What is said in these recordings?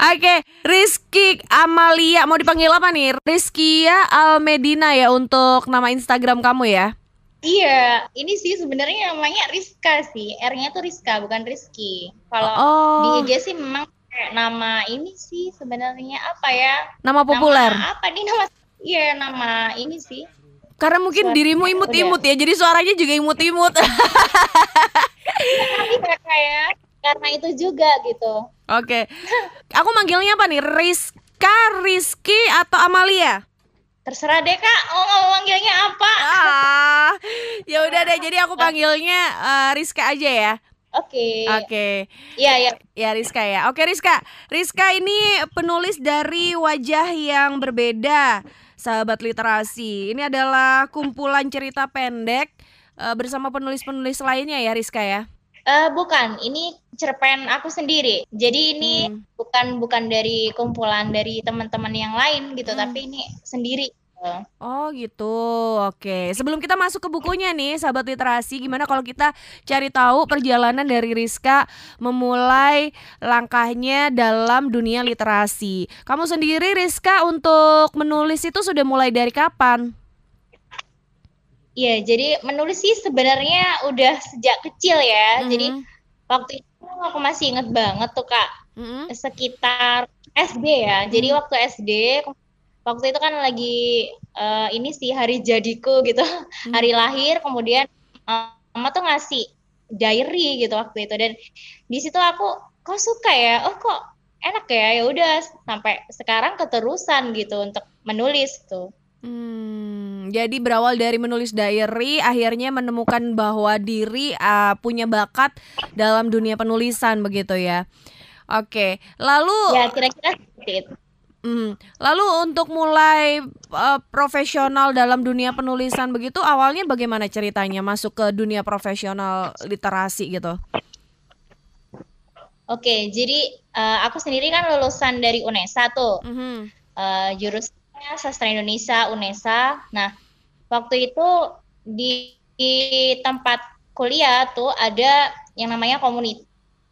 Oke, Rizky Amalia, mau dipanggil apa nih? Rizkia Almedina ya untuk nama Instagram kamu ya? Iya, ini sih sebenarnya namanya Rizka sih. R-nya tuh Rizka, bukan Rizky. Kalau di Oh, IG sih memang kayak nama ini sih sebenarnya apa ya? nama Nama populer. apa nih nama? Iya, nama ini sih. Karena mungkin dirimu Suaranya udah. imut-imut ya, jadi suaranya juga imut-imut. Iya kali ya kayak karena itu juga gitu. Oke, aku manggilnya apa nih? Rizka, Rizky, atau Amalia? Terserah deh Kak, mau manggilnya apa? Ah, ya udah deh. Jadi aku panggilnya Rizka aja ya. Oke. Oke, Iya, ya. ya Rizka ya. Oke Rizka, Rizka ini penulis dari Wajah yang Berbeda, sahabat literasi. Ini adalah kumpulan cerita pendek bersama penulis-penulis lainnya ya Rizka ya. Bukan, ini cerpen aku sendiri. Jadi ini Hmm. bukan dari kumpulan dari teman-teman yang lain gitu, Hmm. tapi ini sendiri. Oh gitu, oke. Sebelum kita masuk ke bukunya nih, sahabat literasi, gimana kalau kita cari tahu perjalanan dari Rizka memulai langkahnya dalam dunia literasi. Kamu sendiri Rizka untuk menulis itu sudah mulai dari kapan? Iya, jadi menulis sih sebenarnya udah sejak kecil ya. Jadi Mhm. waktu itu aku masih inget banget tuh Kak, Mhm. sekitar SD ya. Jadi Mhm. waktu itu kan lagi ini sih hari jadiku gitu, Mhm. hari lahir. Kemudian mama tuh ngasih diary gitu waktu itu, dan di situ aku kok suka ya, oh kok enak ya, ya udah sampai sekarang keterusan gitu untuk menulis tuh. Jadi berawal dari menulis diary, akhirnya menemukan bahwa diri punya bakat dalam dunia penulisan begitu ya. Oke, lalu Ya kira-kira seperti itu. lalu untuk mulai profesional dalam dunia penulisan begitu, awalnya bagaimana ceritanya masuk ke dunia profesional literasi gitu? Oke, jadi aku sendiri kan lulusan dari UNESA tuh, Mhm. jurusannya sastra Indonesia UNESA. Nah, waktu itu di tempat kuliah tuh ada yang namanya komunitas,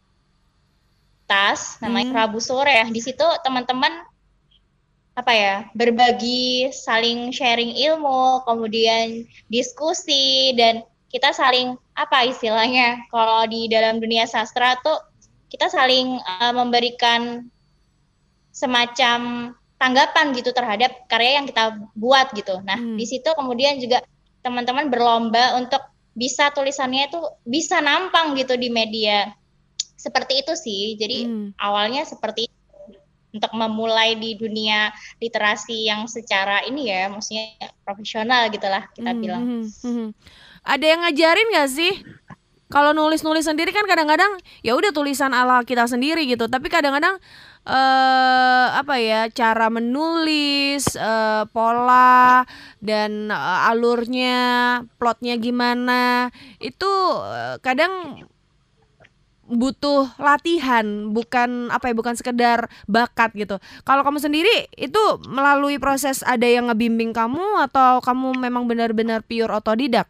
namanya Mhm. Rabu Sore ya. Di situ teman-teman apa ya, berbagi, saling sharing ilmu, kemudian diskusi, dan kita saling apa istilahnya, kalau di dalam dunia sastra tuh kita saling memberikan semacam tanggapan gitu terhadap karya yang kita buat gitu. Nah, di Mhm. situ kemudian juga teman-teman berlomba untuk bisa tulisannya itu bisa nampang gitu di media. Seperti itu sih. Jadi Mhm. awalnya seperti itu, untuk memulai di dunia literasi yang secara ini ya, maksudnya profesional gitulah kita Mhm. bilang. Mhm. Mhm. Ada yang ngajarin gak sih? Kalau nulis-nulis sendiri kan kadang-kadang ya udah tulisan ala kita sendiri gitu, tapi kadang-kadang apa ya, cara menulis, pola dan alurnya, plotnya gimana, itu kadang butuh latihan, bukan apa ya, bukan sekedar bakat gitu. Kalau kamu sendiri itu melalui proses ada yang ngebimbing kamu atau kamu memang benar-benar pure otodidak?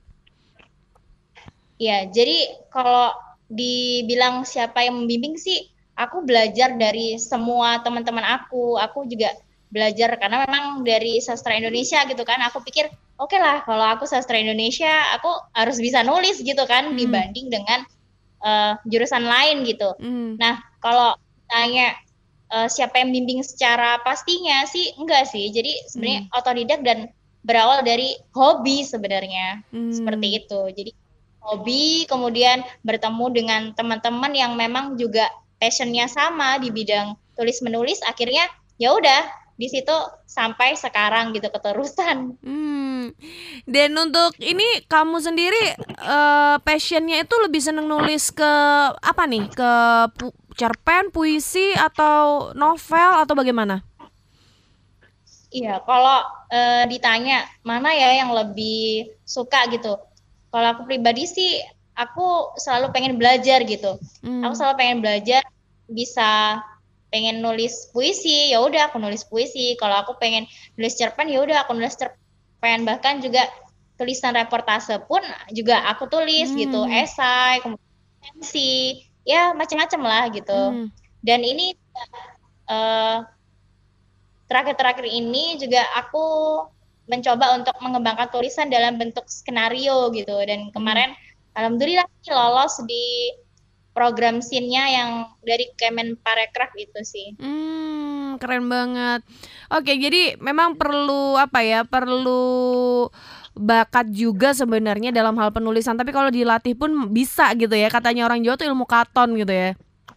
Ya, jadi kalau dibilang siapa yang membimbing sih, aku belajar dari semua teman-teman aku. Aku juga belajar karena memang dari sastra Indonesia gitu kan. Aku pikir, oke lah, kalau aku sastra Indonesia, aku harus bisa nulis gitu kan, Mhm. dibanding dengan jurusan lain gitu. Mhm. Nah, kalau tanya siapa yang bimbing secara pastinya sih, enggak sih. Jadi sebenarnya Mhm. otodidak dan berawal dari hobi sebenarnya. Mhm. Seperti itu. Jadi hobi, kemudian bertemu dengan teman-teman yang memang juga passionnya sama di bidang tulis menulis, akhirnya ya udah di situ sampai sekarang gitu keterusan. Hmm. Dan untuk ini kamu sendiri passionnya itu lebih seneng nulis ke apa nih? Ke cerpen, puisi atau novel atau bagaimana? Iya, kalau ditanya mana ya yang lebih suka gitu. Kalau aku pribadi sih, aku selalu pengen belajar gitu. Aku Hmm. selalu pengen belajar, bisa pengen nulis puisi, ya udah aku nulis puisi. Kalau aku pengen nulis cerpen, ya udah aku nulis cerpen. Bahkan juga tulisan reportase pun juga aku tulis gitu, Hmm. esai, kemudian resensi, ya macam-macam lah gitu. Hmm. Dan ini eh, terakhir-terakhir ini juga aku mencoba untuk mengembangkan tulisan dalam bentuk skenario gitu. Dan kemarin alhamdulillah lolos di program SIN-nya yang dari Kemenparekraf itu sih. Keren banget. Oke, jadi memang perlu apa ya? Perlu bakat juga sebenarnya dalam hal penulisan. Tapi kalau dilatih pun bisa gitu ya. Katanya orang Jawa tuh ilmu katon gitu ya.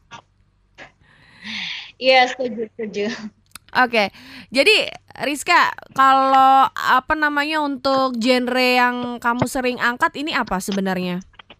Iya, setuju. Oke, jadi Rizka, kalau apa namanya untuk genre yang kamu sering angkat ini apa sebenarnya?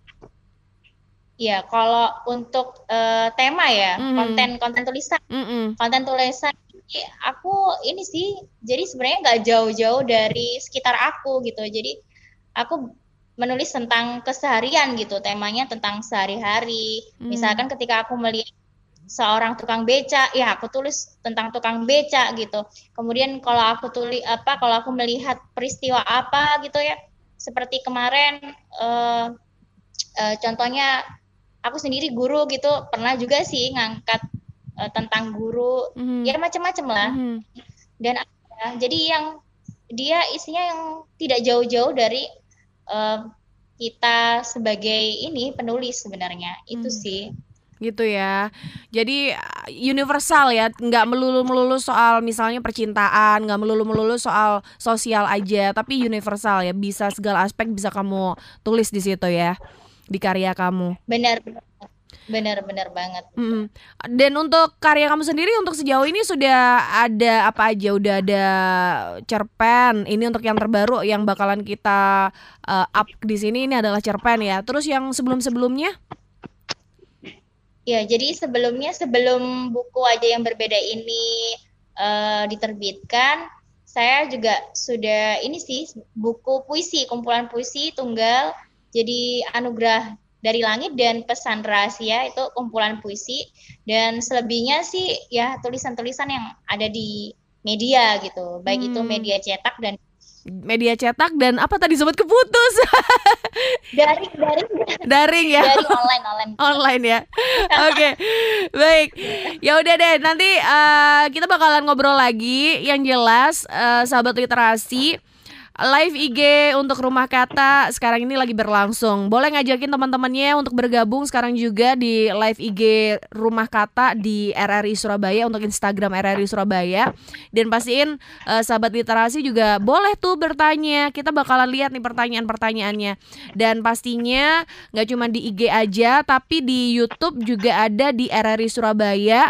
Iya, kalau untuk tema ya, Mhm, konten tulisan, mhm, konten tulisan ini aku ini sih, jadi sebenarnya nggak jauh-jauh dari sekitar aku gitu. Jadi aku menulis tentang keseharian gitu, temanya tentang sehari-hari. mhm, Misalkan ketika aku melihat seorang tukang beca, ya aku tulis tentang tukang beca gitu. Kemudian kalau aku tulis apa, kalau aku melihat peristiwa apa gitu ya, seperti kemarin contohnya aku sendiri guru gitu, pernah juga sih ngangkat tentang guru, mhm, ya macam-macam lah. mhm. Dan jadi yang dia isinya yang tidak jauh-jauh dari uh, kita sebagai ini penulis sebenarnya itu Hmm, sih. gitu ya. Jadi universal ya, nggak melulu-melulu soal misalnya percintaan, nggak melulu-melulu soal sosial aja, tapi universal ya. Bisa segala aspek bisa kamu tulis di situ ya, di karya kamu. Benar, benar banget. Mhm. Dan untuk karya kamu sendiri untuk sejauh ini sudah ada apa aja? Udah ada cerpen. Ini untuk yang terbaru yang bakalan kita up di sini ini adalah cerpen ya. Terus yang sebelum-sebelumnya? Ya, jadi sebelum buku aja yang berbeda ini diterbitkan, saya juga sudah ini sih buku puisi, kumpulan puisi tunggal. Jadi anugerah dari langit dan pesan rahasia itu kumpulan puisi. Dan selebihnya sih ya tulisan-tulisan yang ada di media gitu, baik itu Hmm, media cetak dan media cetak dan apa tadi sempat keputus? daring Daring ya. daring online. Online ya. Oke. Baik. Ya udah deh, nanti kita bakalan ngobrol lagi yang jelas sahabat literasi. Live IG untuk Rumah Kata sekarang ini lagi berlangsung. Boleh ngajakin teman-temannya untuk bergabung sekarang juga di live IG Rumah Kata di RRI Surabaya untuk Instagram RRI Surabaya. Dan pastiin sahabat literasi juga boleh tuh bertanya. Kita bakalan lihat nih pertanyaan-pertanyaannya. Dan pastinya nggak cuma di IG aja, tapi di YouTube juga ada di RRI Surabaya.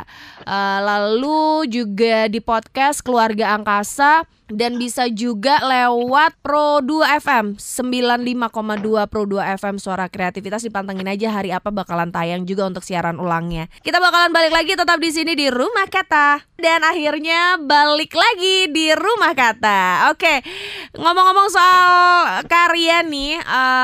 Lalu juga di podcast Keluarga Angkasa dan bisa juga lewat Pro 2 FM 95,2 Pro 2 FM Suara Kreativitas. Dipantengin aja hari apa bakalan tayang juga untuk siaran ulangnya. Kita bakalan balik lagi tetap di sini di Rumah Kata. Dan akhirnya balik lagi di Rumah Kata. Oke, ngomong-ngomong soal karya nih,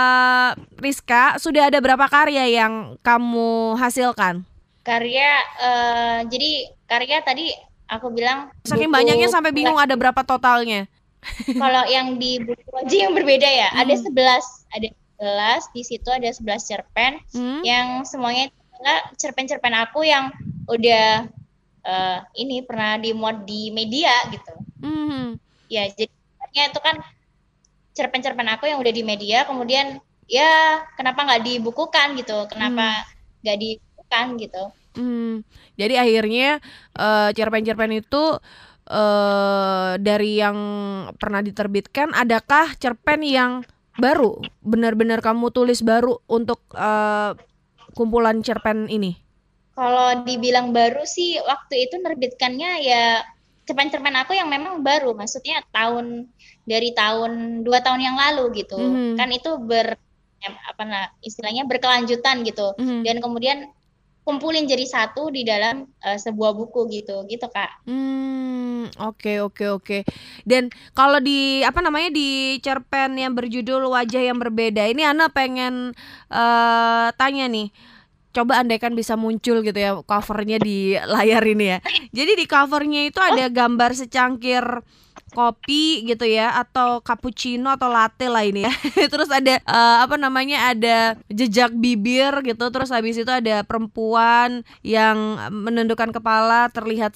Rizka, sudah ada berapa karya yang kamu hasilkan? karya jadi karya tadi aku bilang Saking banyaknya buku sampai bingung ada berapa totalnya. kalau yang di buku aja yang berbeda ya ada Hmm. 11 di situ ada 11 cerpen Hmm? yang semuanya itu adalah cerpen-cerpen aku yang udah ini pernah dimuat di media gitu Hmm. ya jadinya itu kan cerpen-cerpen aku yang udah di media kemudian ya kenapa nggak dibukukan gitu Hmm. kenapa nggak dibukukan gitu. Hmm. Jadi akhirnya cerpen-cerpen itu dari yang pernah diterbitkan, adakah cerpen yang baru, benar-benar kamu tulis baru untuk kumpulan cerpen ini? Kalau dibilang baru sih waktu itu nerbitkannya ya cerpen-cerpen aku yang memang baru, maksudnya dari tahun 2 tahun yang lalu gitu. Mhm. Kan itu apa nah istilahnya berkelanjutan gitu. Mhm. Dan kemudian kumpulin jadi satu di dalam sebuah buku gitu, gitu Kak. Oke oke oke. Dan kalau di apa namanya di cerpen yang berjudul Wajah yang Berbeda ini Ana pengen tanya nih. Coba andaikan bisa muncul gitu ya covernya di layar ini ya. Jadi di covernya itu Oh, ada gambar secangkir kopi gitu ya, atau cappuccino atau latte lah ini ya. Terus ada apa namanya, ada jejak bibir gitu. Terus habis itu ada perempuan yang menundukkan kepala, terlihat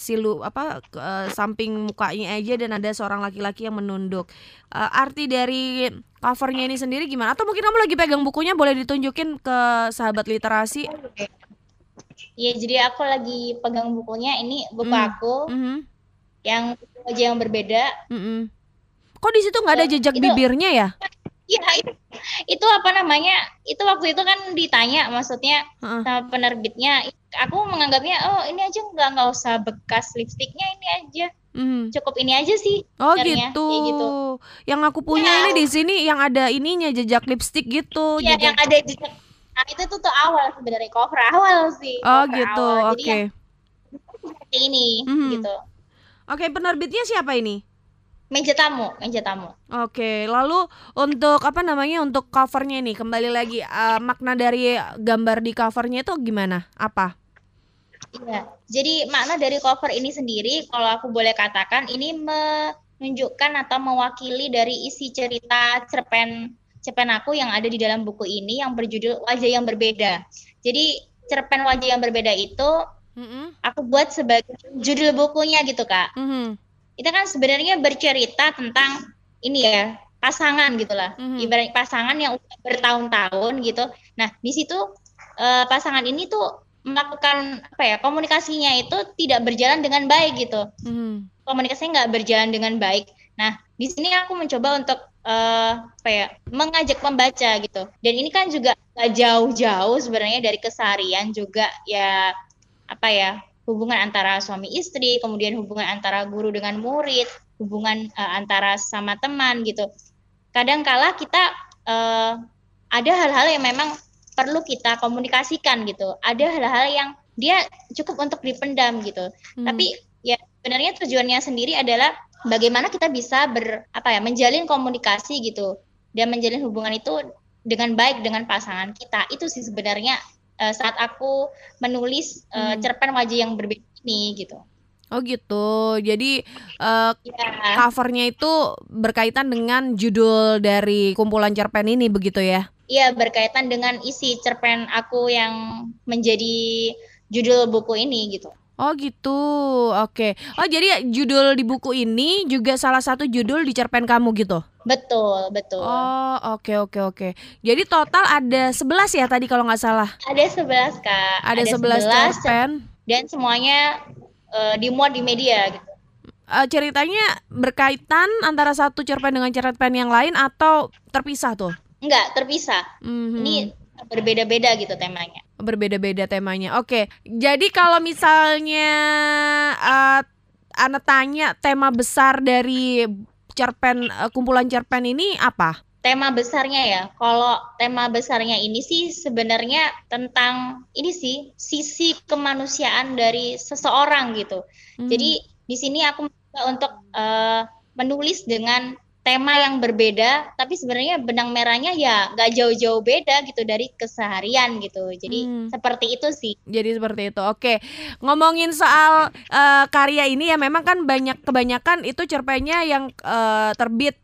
samping mukanya aja, dan ada seorang laki-laki yang menunduk. Arti dari covernya ini sendiri gimana? Atau mungkin kamu lagi pegang bukunya, boleh ditunjukin ke sahabat literasi? Iya, jadi aku lagi pegang bukunya. Ini buku aku Mhm. yang wajah yang berbeda. Mhm. Kok di situ nggak ada jejak Itu, bibirnya ya? ya itu apa namanya? Itu waktu itu kan ditanya, maksudnya Heeh. sama penerbitnya. Aku menganggapnya, oh ini aja nggak usah bekas lipstiknya, ini aja Mhm. cukup ini aja sih Oh sebenarnya, gitu. kayak gitu. Yang aku punya Ya, ini di sini yang ada ininya, jejak lipstik gitu, iya yang jejak. ada jejak. Nah, itu tuh awal sebenarnya, cover awal sih, Oh cover gitu. awal. Jadi Oke. yang seperti ini Mhm. gitu. Oke, penerbitnya siapa ini? Meja tamu, meja tamu. Oke, lalu untuk apa namanya, untuk covernya nih, kembali lagi, makna dari gambar di covernya itu gimana? Apa? Iya. Jadi makna dari cover ini sendiri, kalau aku boleh katakan, ini menunjukkan atau mewakili dari isi cerita cerpen cerpen aku yang ada di dalam buku ini yang berjudul Wajah yang Berbeda. Jadi cerpen Wajah yang Berbeda itu Mhm. aku buat sebagai judul bukunya gitu, Kak. Mhm. Itu kan sebenarnya bercerita tentang ini ya, pasangan gitulah. Mhm. Ibarat pasangan yang udah bertahun-tahun gitu. Nah, di situ pasangan ini tuh melakukan apa ya, komunikasinya itu tidak berjalan dengan baik gitu. Mhm. Komunikasinya nggak berjalan dengan baik. Nah, di sini aku mencoba untuk apa ya, mengajak membaca gitu. Dan ini kan juga nggak jauh-jauh sebenarnya dari keseharian juga ya, apa ya, hubungan antara suami istri, kemudian hubungan antara guru dengan murid, hubungan antara sama teman gitu. Kadangkala kita ada hal-hal yang memang perlu kita komunikasikan gitu. Ada hal-hal yang dia cukup untuk dipendam gitu. Mhm. Tapi ya sebenarnya tujuannya sendiri adalah bagaimana kita bisa menjalin komunikasi gitu dan menjalin hubungan itu dengan baik dengan pasangan kita. Itu sih sebenarnya saat aku menulis Mhm. cerpen Wajah yang Berbeda ini gitu. Oh gitu. Jadi eh, Ya, covernya itu berkaitan dengan judul dari kumpulan cerpen ini begitu ya? iya berkaitan dengan isi cerpen aku yang menjadi judul buku ini gitu. Oh gitu. Oke. Oh jadi judul di buku ini juga salah satu judul di cerpen kamu gitu? Betul, betul. Oh, oke oke oke. Jadi total ada 11 ya tadi kalau nggak salah? Ada 11 Kak, Ada ada 11 11 cerpen. dan semuanya dimuat di media gitu. Ceritanya berkaitan antara satu cerpen dengan cerpen yang lain atau terpisah tuh? Enggak, terpisah. Mhm. Ini berbeda-beda gitu temanya. Berbeda-beda temanya. Oke. Jadi kalau misalnya eh Ana tanya tema besar dari kumpulan cerpen ini apa? Tema besarnya ya, kalau tema besarnya ini sih sebenarnya tentang ini sih, sisi kemanusiaan dari seseorang gitu. Mhm. Jadi di sini aku mencoba untuk menulis dengan tema yang berbeda, tapi sebenarnya benang merahnya ya nggak jauh-jauh beda gitu dari keseharian gitu. Jadi Hmm. seperti itu sih. Jadi seperti itu. Oke. Ngomongin soal karya ini ya, memang kan kebanyakan itu cerpennya yang terbit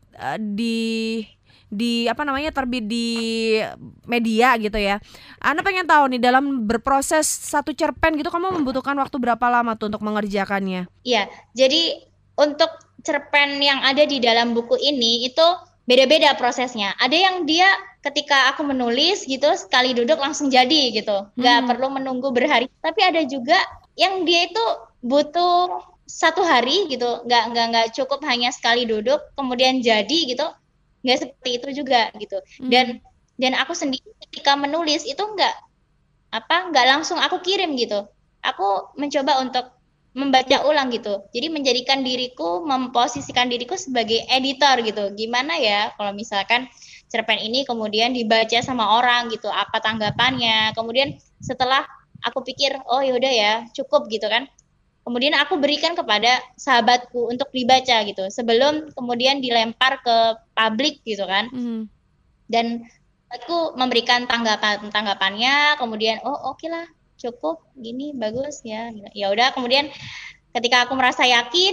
di apa namanya, terbit di media gitu ya. Ana pengen tahu nih, dalam berproses satu cerpen gitu kamu membutuhkan waktu berapa lama tuh untuk mengerjakannya? Iya, jadi untuk cerpen yang ada di dalam buku ini itu beda-beda prosesnya. Ada yang dia ketika aku menulis gitu sekali duduk langsung jadi gitu, nggak Mhm. perlu menunggu berhari. Tapi ada juga yang dia itu butuh 1 hari gitu, nggak cukup hanya sekali duduk kemudian jadi gitu, nggak seperti itu juga gitu. Mhm. Dan aku sendiri ketika menulis itu nggak langsung aku kirim gitu. Aku mencoba untuk membaca ulang gitu. Jadi menjadikan diriku, memposisikan diriku sebagai editor gitu. Gimana ya kalau misalkan cerpen ini kemudian dibaca sama orang gitu, apa tanggapannya. Kemudian setelah aku pikir, oh yaudah ya, cukup gitu kan. Kemudian aku berikan kepada sahabatku untuk dibaca gitu. Sebelum kemudian dilempar ke publik gitu kan. Mhm. Dan aku memberikan tanggapannya, kemudian oh oke lah, cukup gini bagus ya. Ya udah, kemudian ketika aku merasa yakin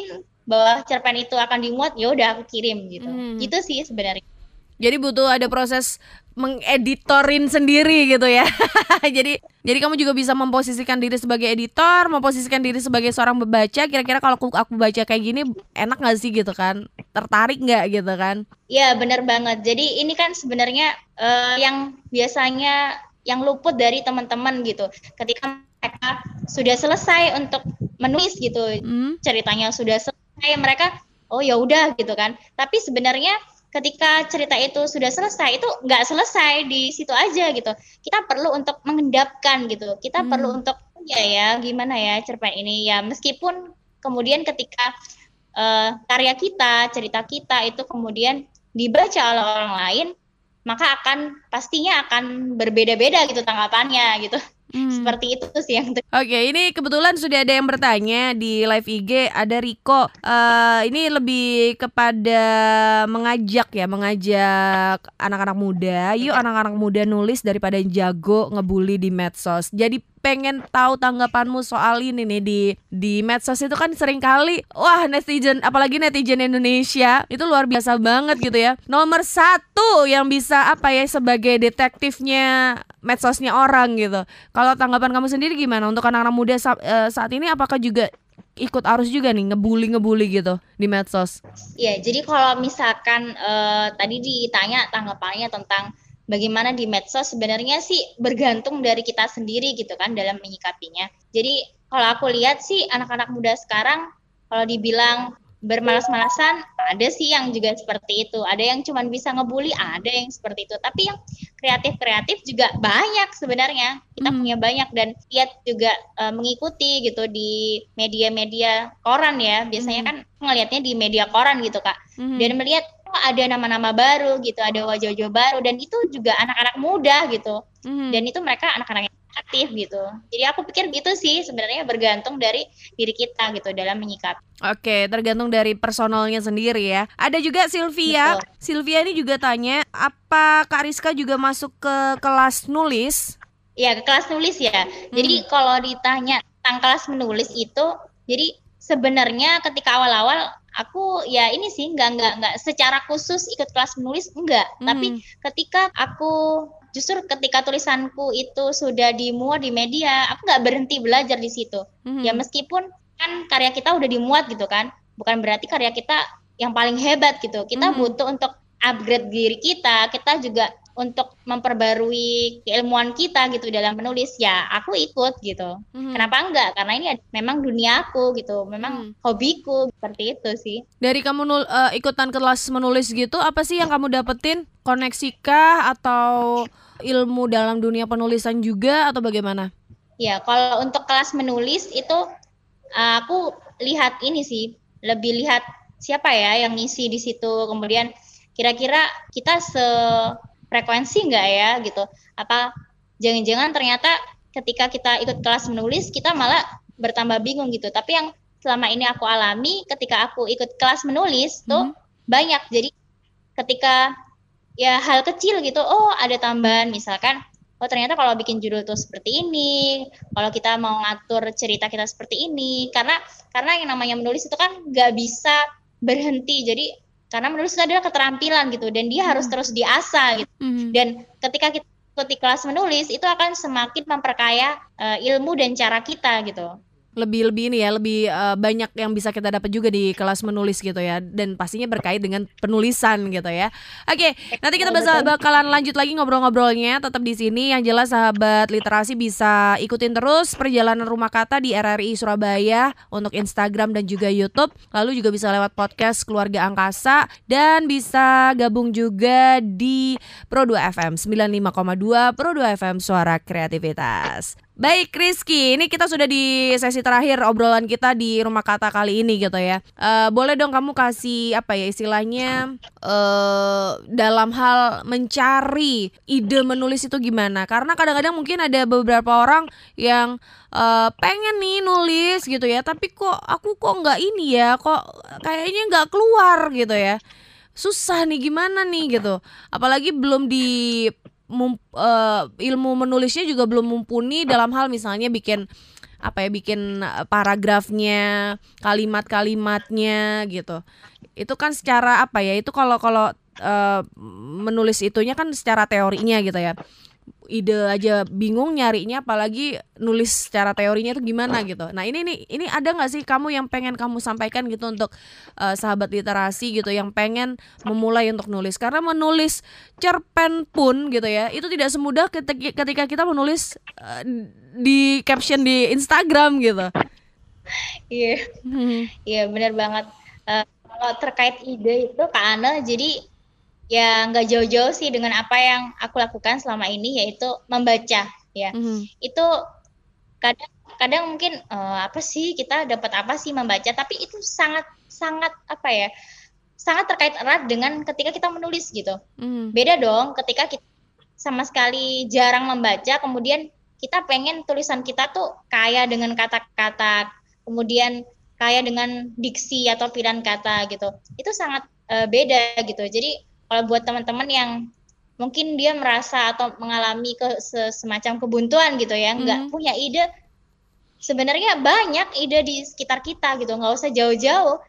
bahwa cerpen itu akan dimuat, ya udah aku kirim gitu. Gitu sih sebenarnya. Jadi butuh ada proses mengeditorin sendiri gitu ya. jadi kamu juga bisa memposisikan diri sebagai editor, memposisikan diri sebagai seorang pembaca. Kira-kira kalau aku baca kayak gini enak nggak sih gitu kan? Tertarik nggak gitu kan? Iya benar banget. Jadi ini kan sebenarnya yang biasanya yang luput dari teman-teman gitu. Ketika mereka sudah selesai untuk menulis gitu, ceritanya sudah selesai, mereka oh ya udah gitu kan. Tapi sebenarnya ketika cerita itu sudah selesai, itu nggak selesai di situ aja gitu. Kita perlu untuk mengendapkan gitu. Kita perlu untuk ya gimana ya cerpen ini ya, meskipun kemudian ketika karya kita, cerita kita itu kemudian dibaca oleh orang lain, maka pastinya akan berbeda-beda gitu tanggapannya gitu. Seperti itu sih yang Oke, ini kebetulan sudah ada yang bertanya di live IG, ada Riko. Ini lebih kepada mengajak anak-anak muda. Yuk anak-anak muda nulis daripada jago ngebully di medsos. Jadi pengen tahu tanggapanmu soal ini nih di medsos itu kan sering kali netizen, apalagi netizen Indonesia itu luar biasa banget gitu ya. Nomor 1 yang bisa sebagai detektifnya medsosnya orang gitu. Kalau tanggapan kamu sendiri gimana untuk anak-anak muda saat ini, apakah juga ikut arus juga nih ngebully gitu di medsos? Iya, jadi kalau misalkan tadi ditanya tanggapannya tentang bagaimana di medsos, sebenarnya sih bergantung dari kita sendiri gitu kan dalam menyikapinya. Jadi kalau aku lihat sih anak-anak muda sekarang kalau dibilang bermalas-malasan, ada sih yang juga seperti itu. Ada yang cuma bisa ngebully, ada yang seperti itu. Tapi yang kreatif-kreatif juga banyak sebenarnya. Kita punya banyak dan lihat juga mengikuti gitu di media-media koran ya. Biasanya kan ngelihatnya di media koran gitu Kak. Dan melihat ada nama-nama baru gitu, ada wajah-wajah baru, dan itu juga anak-anak muda gitu. Dan itu mereka anak-anak yang aktif gitu. Jadi aku pikir gitu sih sebenarnya bergantung dari diri kita gitu dalam menyikapi. Oke, tergantung dari personalnya sendiri ya. Ada juga Sylvia. Betul. Sylvia ini juga tanya, apa Kak Rizka juga masuk ke kelas nulis? Ya, ke kelas nulis ya. Jadi kalau ditanya tentang kelas menulis itu, jadi sebenarnya ketika awal-awal aku ya ini sih nggak secara khusus ikut kelas menulis enggak. Tapi ketika ketika tulisanku itu sudah dimuat di media, aku nggak berhenti belajar di situ. Ya meskipun kan karya kita udah dimuat gitu kan, bukan berarti karya kita yang paling hebat gitu. Kita butuh untuk upgrade diri kita juga untuk memperbarui keilmuan kita gitu dalam menulis. Ya aku ikut gitu. Kenapa enggak? Karena ini memang dunia aku gitu, memang hobiku, seperti itu sih. Dari kamu ikutan kelas menulis gitu, apa sih yang kamu dapetin? Koneksikah atau ilmu dalam dunia penulisan juga atau bagaimana? Ya kalau untuk kelas menulis itu aku lihat ini sih, lebih lihat siapa ya yang ngisi di situ, kemudian kira-kira kita sefrekuensi nggak ya gitu, apa jangan-jangan ternyata ketika kita ikut kelas menulis kita malah bertambah bingung gitu. Tapi yang selama ini aku alami ketika aku ikut kelas menulis tuh banyak, jadi ketika ya hal kecil gitu, oh ada tambahan misalkan, oh ternyata kalau bikin judul tuh seperti ini, kalau kita mau ngatur cerita kita seperti ini, karena yang namanya menulis itu kan nggak bisa berhenti. Jadi karena menulis itu adalah keterampilan gitu, dan dia harus terus diasah gitu. Dan ketika kita ikuti kelas menulis itu akan semakin memperkaya ilmu dan cara kita gitu. Lebih banyak yang bisa kita dapat juga di kelas menulis gitu ya, dan pastinya berkait dengan penulisan gitu ya. Oke, nanti kita bakalan lanjut lagi ngobrol-ngobrolnya, tetap di sini. Yang jelas sahabat literasi bisa ikutin terus perjalanan Rumah Kata di RRI Surabaya untuk Instagram dan juga YouTube. Lalu juga bisa lewat podcast Keluarga Angkasa, dan bisa gabung juga di Pro 2 FM 95,2 Pro 2 FM Suara Kreativitas. Baik Rizky, ini kita sudah di sesi terakhir obrolan kita di Rumah Kata kali ini gitu ya. Boleh dong kamu kasih istilahnya dalam hal mencari ide menulis itu gimana? Karena kadang-kadang mungkin ada beberapa orang yang pengen nih nulis gitu ya, tapi aku nggak ini ya, kok kayaknya nggak keluar gitu ya. Susah nih, gimana nih gitu. Apalagi belum ilmu menulisnya juga belum mumpuni dalam hal misalnya bikin apa ya, bikin paragrafnya, kalimat-kalimatnya gitu. Itu kan secara apa ya? Itu kalau kalau menulis itunya kan secara teorinya gitu ya. Ide aja bingung nyarinya, apalagi nulis secara teorinya itu gimana gitu. Nah ini ada nggak sih kamu yang pengen kamu sampaikan gitu untuk sahabat literasi gitu yang pengen memulai untuk nulis, karena menulis cerpen pun gitu ya itu tidak semudah ketika kita menulis di caption di Instagram gitu. Iya, Hmm. iya benar banget. Kalau terkait ide itu Kak Ana, jadi ya nggak jauh-jauh sih dengan apa yang aku lakukan selama ini, yaitu membaca ya. Mhm. Itu kadang kadang mungkin apa sih, kita dapat apa sih membaca, tapi itu sangat sangat apa ya, sangat terkait erat dengan ketika kita menulis gitu. Mhm. Beda dong ketika kita sama sekali jarang membaca, kemudian kita pengen tulisan kita tuh kaya dengan kata-kata, kemudian kaya dengan diksi atau pilihan kata gitu. Itu sangat beda gitu. Jadi kalau buat teman-teman yang mungkin dia merasa atau mengalami semacam kebuntuan gitu ya, nggak Mhm. punya ide, sebenarnya banyak ide di sekitar kita gitu, nggak usah jauh-jauh.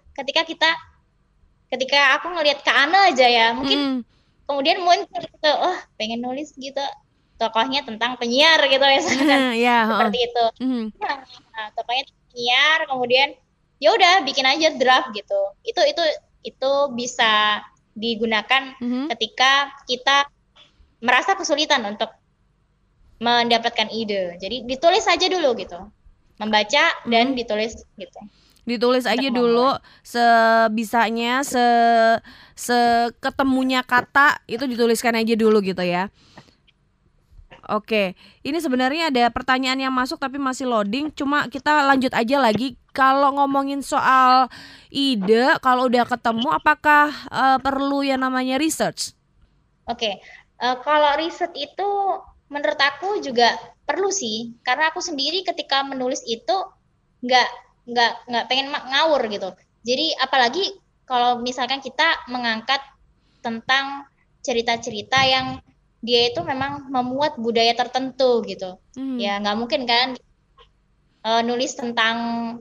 Ketika aku ngelihat ke Ana aja ya, mungkin Mhm. kemudian muncul gitu, oh pengen nulis gitu, tokohnya tentang penyiar gitu misalkan, Ya, heeh. seperti itu. Mhm. Nah, tokohnya penyiar, kemudian ya udah bikin aja draft gitu. Itu bisa digunakan Mhm. ketika kita merasa kesulitan untuk mendapatkan ide. Jadi ditulis aja dulu gitu, membaca dan Mhm. ditulis gitu Ditulis untuk aja memulai. dulu sebisanya, seketemunya kata itu dituliskan aja dulu gitu ya. Oke, ini sebenarnya ada pertanyaan yang masuk tapi masih loading. Cuma kita lanjut aja lagi. Kalau ngomongin soal ide, kalau udah ketemu, apakah perlu yang namanya research? Oke, kalau riset itu menurut aku juga perlu sih, karena aku sendiri ketika menulis itu nggak nggak pengen ngawur gitu. Jadi apalagi kalau misalkan kita mengangkat tentang cerita-cerita yang dia itu memang memuat budaya tertentu gitu. Hmm. Ya nggak mungkin kan nulis tentang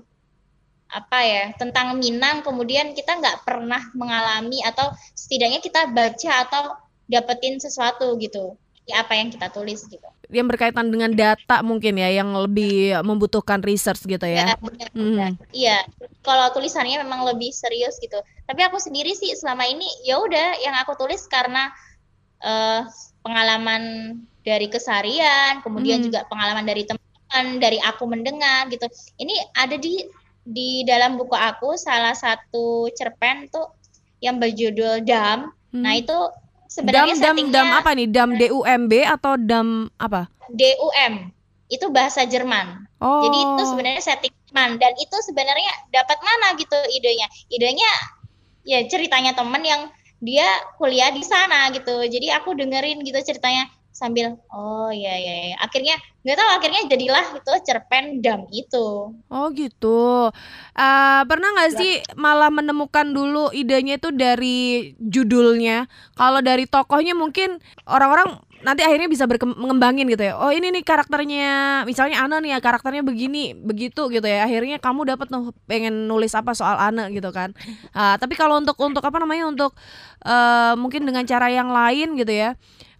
apa ya, tentang Minang, kemudian kita nggak pernah mengalami atau setidaknya kita baca atau dapetin sesuatu gitu di apa yang kita tulis gitu. Yang berkaitan dengan data mungkin ya, yang lebih membutuhkan research gitu Ya ya. benar-benar. Hmm. Iya, kalau tulisannya memang lebih serius gitu. Tapi aku sendiri sih selama ini ya udah yang aku tulis karena eh, pengalaman dari keseharian, kemudian Hmm. juga pengalaman dari teman, dari aku mendengar gitu. Ini ada di dalam buku aku salah satu cerpen tuh yang berjudul Dam. Nah, Hmm. itu Dam sebenarnya dam dam settingnya apa nih? Dam DUMB atau dam apa? DUM. Itu bahasa Jerman. Jadi itu Oh. sebenarnya setting Jerman, dan itu sebenarnya dapat mana gitu idenya. Idenya ya ceritanya temen yang dia kuliah di sana gitu. Jadi aku dengerin gitu ceritanya sambil oh ya ya, ya. Akhirnya nggak tahu, akhirnya jadilah itu cerpen Dam itu. Oh gitu. Pernah nggak sih malah menemukan dulu idenya itu dari judulnya? Kalau dari tokohnya mungkin orang-orang nanti akhirnya bisa mengembangin gitu ya. Oh ini nih karakternya, misalnya Ana nih ya karakternya begini, begitu gitu ya. Akhirnya kamu dapat tuh pengen nulis apa soal Ana gitu kan. Tapi kalau untuk apa namanya untuk mungkin dengan cara yang lain gitu ya.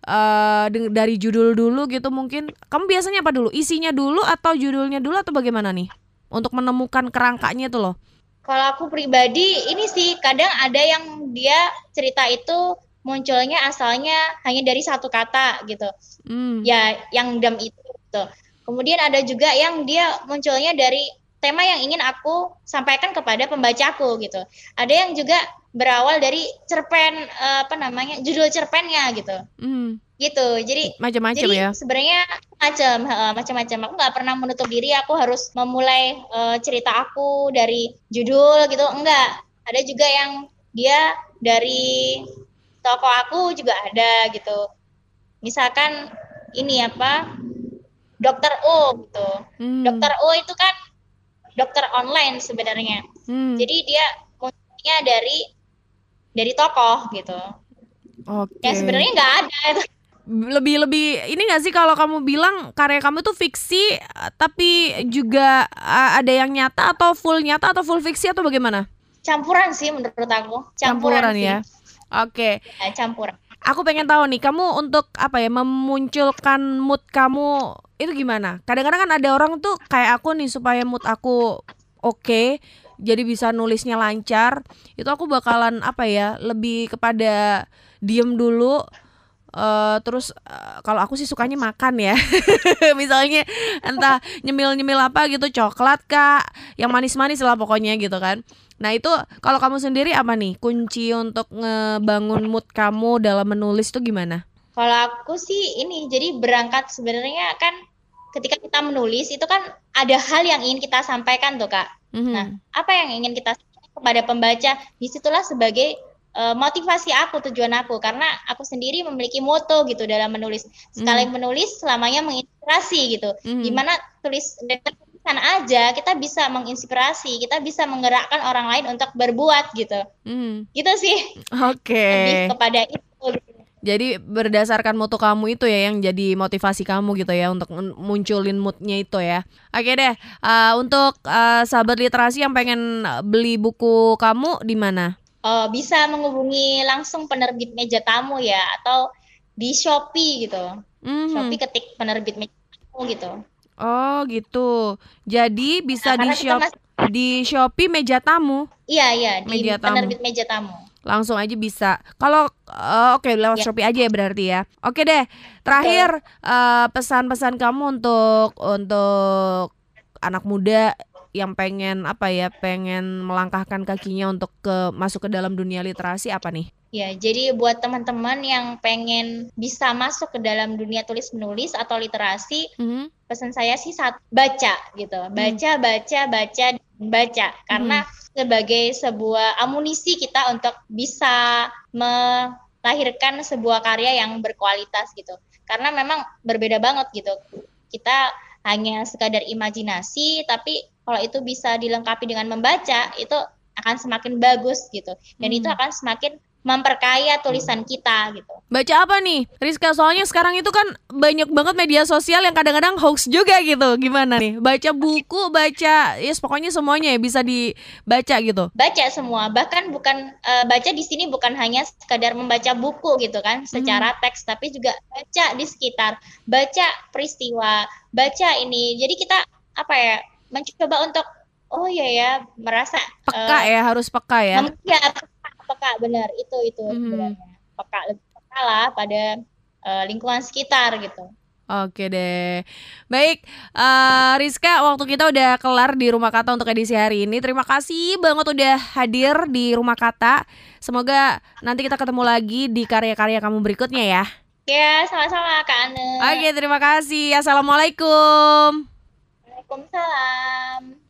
Dari judul dulu gitu mungkin. Kamu biasanya apa dulu? Isinya dulu atau judulnya dulu atau bagaimana nih? Untuk menemukan kerangkanya itu loh. Kalau aku pribadi ini sih kadang ada yang dia cerita itu munculnya asalnya hanya dari satu kata gitu. Hmm. Ya, yang Dam itu gitu. Kemudian ada juga yang dia munculnya dari tema yang ingin aku sampaikan kepada pembacaku gitu. Ada yang juga berawal dari cerpen apa namanya, judul cerpennya gitu. Hmm. Gitu. Jadi Macam-macam jadi ya. sebenarnya macam-macam. Aku nggak pernah menutup diri aku harus memulai cerita aku dari judul gitu. Enggak. Ada juga yang dia dari tokoh aku juga ada gitu. Misalkan ini apa, Dokter O gitu. Hmm. Dokter O itu kan dokter online sebenarnya. Hmm. Jadi dia munculnya dari tokoh gitu. Yang Oke. sebenarnya nggak ada itu. Lebih ini nggak sih kalau kamu bilang karya kamu tuh fiksi, tapi juga ada yang nyata atau full fiksi atau bagaimana? Campuran sih menurut aku. Campuran Campuran sih. ya. Oke. Ya, campuran. Aku pengen tahu nih, kamu untuk apa ya, memunculkan mood kamu itu gimana? Kadang-kadang kan ada orang tuh kayak aku nih, supaya mood aku oke, jadi bisa nulisnya lancar. Itu aku bakalan apa ya, lebih kepada diem dulu. Terus kalau aku sih sukanya makan ya. Misalnya entah nyemil-nyemil apa gitu, coklat kak, yang manis-manis lah pokoknya gitu kan. Nah itu kalau kamu sendiri apa nih kunci untuk ngebangun mood kamu dalam menulis tuh gimana? Kalau aku sih ini, jadi berangkat sebenarnya kan ketika kita menulis itu kan ada hal yang ingin kita sampaikan tuh Kak. Nah, Mhm. apa yang ingin kita sampaikan kepada pembaca? Disitulah sebagai motivasi aku, tujuan aku. Karena aku sendiri memiliki moto gitu dalam menulis. Sekali Mhm. menulis, selamanya menginspirasi gitu. Mhm. Dimana dengan tulisan aja kita bisa menginspirasi, kita bisa menggerakkan orang lain untuk berbuat gitu. Mhm. Gitu sih, Oke. lebih kepada itu gitu. Jadi berdasarkan moto kamu itu ya yang jadi motivasi kamu gitu ya untuk munculin moodnya itu ya. Oke deh, untuk sahabat literasi yang pengen beli buku kamu di mana? Bisa menghubungi langsung penerbit Meja Tamu ya, atau di Shopee gitu. Mhm. Shopee ketik penerbit Meja Tamu gitu. Oh gitu. Jadi Nah, bisa karena kita masih, di Shopee meja tamu, iya di meja tamu. penerbit Meja Tamu. Langsung aja bisa. Kalau oke, lewat Ya, Shopee aja ya berarti ya. Oke deh. betul. Terakhir pesan-pesan kamu untuk anak muda yang pengen apa ya, pengen melangkahkan kakinya untuk masuk ke dalam dunia literasi apa nih? Ya, jadi buat teman-teman yang pengen bisa masuk ke dalam dunia tulis menulis atau literasi, Mhm. pesan saya sih satu, baca gitu. Mhm. Baca. Karena Mhm. sebagai sebuah amunisi kita untuk bisa melahirkan sebuah karya yang berkualitas gitu. Karena memang berbeda banget gitu. Kita hanya sekadar imajinasi, tapi kalau itu bisa dilengkapi dengan membaca, itu akan semakin bagus gitu. Dan itu Mhm. akan semakin memperkaya tulisan kita gitu. Baca apa nih, Rizka? Soalnya sekarang itu kan banyak banget media sosial yang kadang-kadang hoax juga gitu. Gimana nih? Baca buku, baca, yes pokoknya semuanya ya bisa dibaca gitu. Baca semua, bahkan bukan baca di sini bukan hanya sekadar membaca buku gitu kan Mhm. secara teks, tapi juga baca di sekitar, baca peristiwa, baca ini. Jadi kita apa ya, mencoba untuk oh iya ya, merasa Peka ya, harus peka ya. ya, peka benar itu Mhm. sebenarnya. Peka, lebih peka lah pada lingkungan sekitar gitu. Oke deh. Baik, Rizka, waktu kita udah kelar di Rumah Kata untuk edisi hari ini. Terima kasih banget udah hadir di Rumah Kata. Semoga nanti kita ketemu lagi di karya-karya kamu berikutnya ya. Ya, sama-sama Kak Ane. Oke, terima kasih. Assalamualaikum. Waalaikumsalam.